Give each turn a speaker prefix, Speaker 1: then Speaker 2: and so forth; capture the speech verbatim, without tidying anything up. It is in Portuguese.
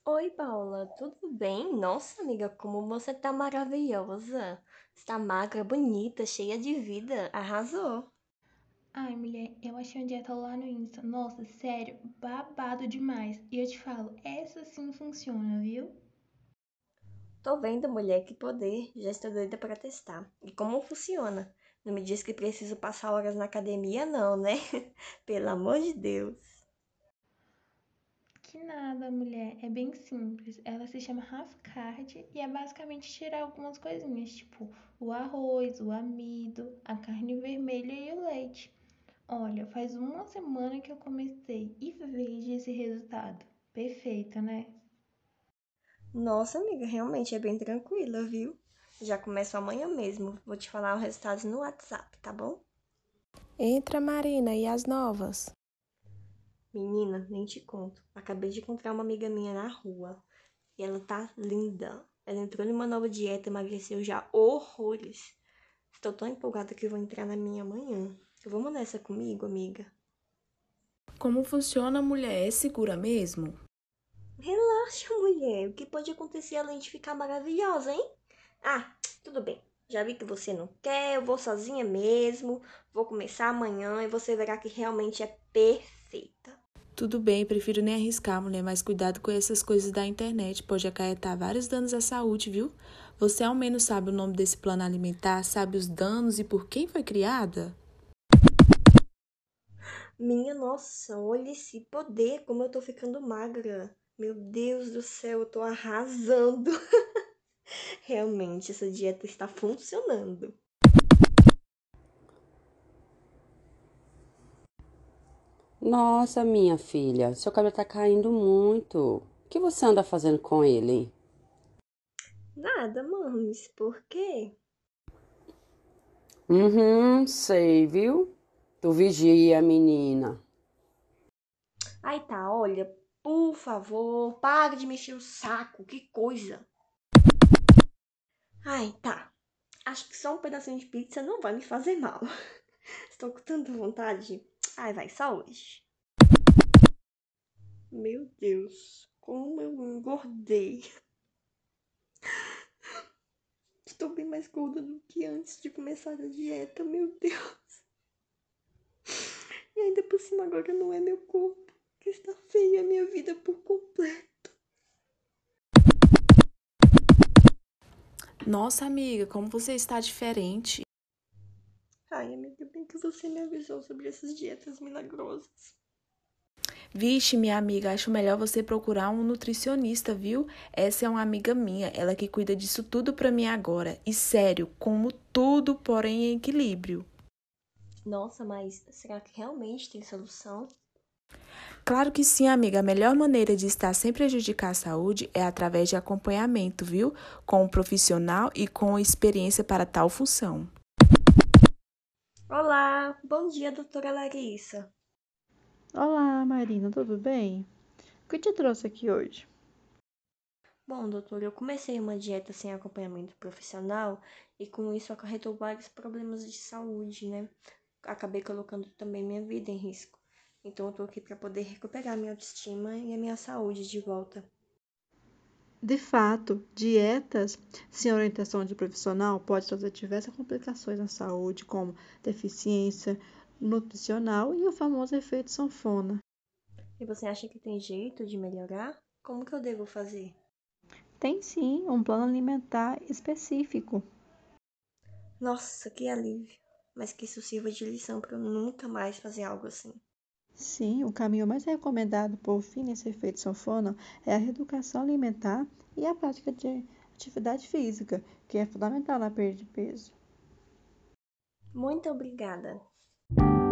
Speaker 1: Oi, Paula, tudo bem? Nossa, amiga, como você tá maravilhosa. Está magra, bonita, cheia de vida. Arrasou.
Speaker 2: Ai, mulher, eu achei uma dieta lá no Insta. Nossa, sério, babado demais. E eu te falo, essa sim funciona, viu?
Speaker 1: Tô vendo, mulher, que poder. Já estou doida para testar. E como funciona? Não me diz que preciso passar horas na academia, não, né? Pelo amor de Deus.
Speaker 2: Que nada, mulher, é bem simples. Ela se chama Half Card e é basicamente tirar algumas coisinhas, tipo o arroz, o amido, a carne vermelha e o leite. Olha, faz uma semana que eu comecei e veja esse resultado. Perfeito, né?
Speaker 1: Nossa, amiga, realmente é bem tranquila, viu? Já começo amanhã mesmo. Vou te falar os resultados no WhatsApp, tá bom?
Speaker 3: Entra, Marina, e as novas?
Speaker 1: Menina, nem te conto. Acabei de encontrar uma amiga minha na rua. E ela tá linda. Ela entrou numa nova dieta, emagreceu já horrores. Estou tão empolgada que vou entrar na minha amanhã. Vamos nessa comigo, amiga?
Speaker 3: Como funciona, mulher? É segura mesmo?
Speaker 1: Relaxa, mulher. O que pode acontecer além de ficar maravilhosa, hein? Ah, tudo bem. Já vi que você não quer, eu vou sozinha mesmo. Vou começar amanhã e você verá que realmente é perfeita.
Speaker 3: Tudo bem, prefiro nem arriscar, mulher, mas cuidado com essas coisas da internet, pode acarretar vários danos à saúde, viu? Você ao menos sabe o nome desse plano alimentar, sabe os danos e por quem foi criada?
Speaker 1: Minha nossa, olha esse poder, como eu tô ficando magra. Meu Deus do céu, eu tô arrasando. Realmente, essa dieta está funcionando.
Speaker 4: Nossa, minha filha, seu cabelo tá caindo muito. O que você anda fazendo com ele?
Speaker 1: Nada, mames, por quê?
Speaker 4: Uhum, sei, viu? Tu vigia, menina.
Speaker 1: Ai tá, olha, por favor, para de mexer o saco, que coisa. Ai tá, acho que só um pedacinho de pizza não vai me fazer mal. Estou com tanta vontade. Ai, vai, só hoje. Meu Deus, como eu engordei. Estou bem mais gorda do que antes de começar a dieta, meu Deus. E ainda por cima agora não é meu corpo, que está feia a minha vida por completo.
Speaker 3: Nossa, amiga, como você está diferente.
Speaker 1: Ai, amiga, bem que você me avisou sobre essas dietas milagrosas.
Speaker 3: Vixe, minha amiga, acho melhor você procurar um nutricionista, viu? Essa é uma amiga minha, ela que cuida disso tudo pra mim agora. E sério, como tudo, porém em equilíbrio.
Speaker 1: Nossa, mas será que realmente tem solução?
Speaker 3: Claro que sim, amiga. A melhor maneira de estar sem prejudicar a saúde é através de acompanhamento, viu? Com um profissional e com experiência para tal função.
Speaker 1: Olá, bom dia, doutora Larissa.
Speaker 5: Olá, Marina, tudo bem? O que te trouxe aqui hoje?
Speaker 1: Bom, doutor, eu comecei uma dieta sem acompanhamento profissional e com isso acarretou vários problemas de saúde, né? Acabei colocando também minha vida em risco. Então eu tô aqui para poder recuperar minha autoestima e a minha saúde de volta.
Speaker 5: De fato, dietas sem orientação de profissional pode trazer diversas complicações na saúde, como deficiência nutricional e o famoso efeito sanfona.
Speaker 1: E você acha que tem jeito de melhorar? Como que eu devo fazer?
Speaker 5: Tem sim um plano alimentar específico.
Speaker 1: Nossa, que alívio. Mas que isso sirva de lição para eu nunca mais fazer algo assim.
Speaker 5: Sim, o caminho mais recomendado por fim nesse efeito sanfona é a reeducação alimentar e a prática de atividade física, que é fundamental na perda de peso.
Speaker 1: Muito obrigada.